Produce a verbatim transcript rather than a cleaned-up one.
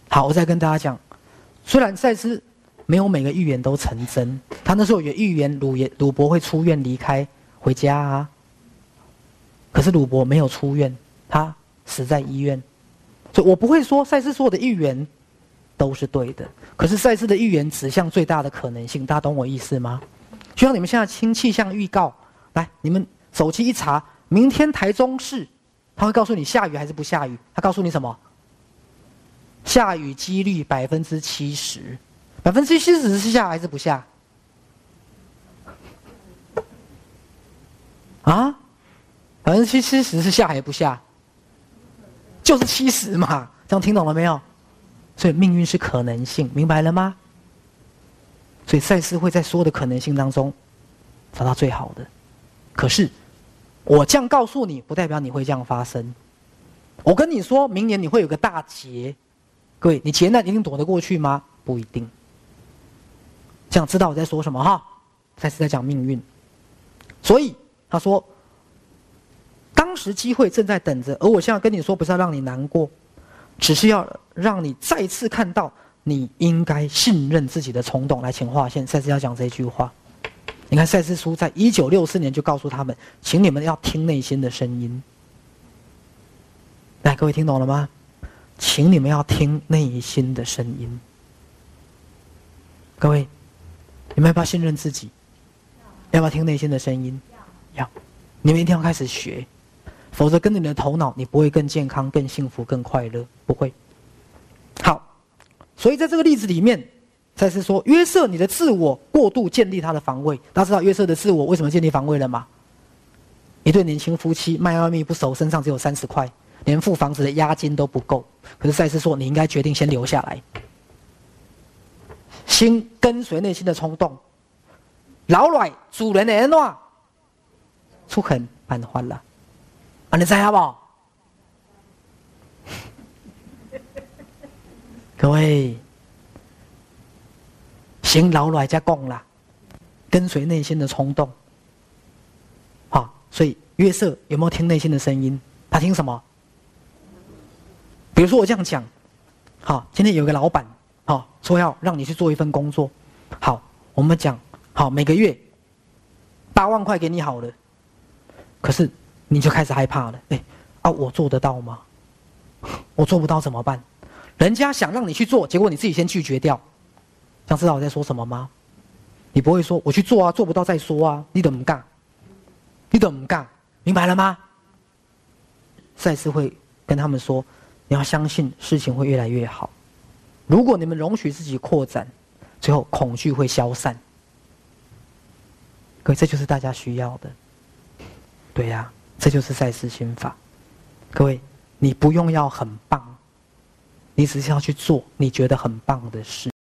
好，我再跟大家讲，虽然赛斯没有每个预言都成真，他那时候也预言鲁爷鲁伯会出院离开回家啊，可是鲁伯没有出院，他死在医院，所以我不会说赛斯所有的预言都是对的，可是赛斯的预言指向最大的可能性，大家懂我意思吗？就像你们现在听气象预告，来，你们手机一查，明天台中市，他会告诉你下雨还是不下雨，他告诉你什么？下雨几率百分之七十，百分之七十是下还是不下？啊，百分之七七十是下还是不下？就是七十嘛，这样听懂了没有？所以命运是可能性，明白了吗？所以赛斯会在所有的可能性当中找到最好的。可是我这样告诉你，不代表你会这样发生。我跟你说明年你会有个大劫。各位，你劫难一定躲得过去吗？不一定。这样知道我在说什么哈？赛斯在讲命运，所以他说，当时机会正在等着，而我现在跟你说，不是要让你难过，只是要让你再次看到你应该信任自己的冲动。来，请划线。赛斯要讲这句话。你看，赛斯书在一九六四年就告诉他们，请你们要听内心的声音。来，各位听懂了吗？请你们要听内心的声音。各位，你们要不要信任自己？要不要听内心的声音？要。你们一定要开始学，否则跟着你的头脑，你不会更健康、更幸福、更快乐，不会。好，所以在这个例子里面，赛斯说，约瑟你的自我过度建立他的防卫。大家知道约瑟的自我为什么建立防卫了吗？一对年轻夫妻迈阿密不熟，身上只有三十块。连付房子的押金都不够，可是赛斯说你应该决定先留下来，心跟随内心的冲动。老赖主人的安怎出很办法了，啊，你知道不？各位，行老赖才讲啦，跟随内心的冲动。好，所以约瑟有没有听内心的声音？他听什么？比如说我这样讲，好，今天有个老板，好，说要让你去做一份工作，好，我们讲，好，每个月八万块给你好了，可是你就开始害怕了，哎，啊，我做得到吗？我做不到怎么办？人家想让你去做，结果你自己先拒绝掉，这样知道我在说什么吗？你不会说我去做啊，做不到再说啊，你怎么干？你怎么干？明白了吗？赛斯会跟他们说，你要相信事情会越来越好。如果你们容许自己扩展，最后恐惧会消散。各位，这就是大家需要的。对呀、啊，这就是赛斯心法。各位，你不用要很棒，你只是要去做你觉得很棒的事。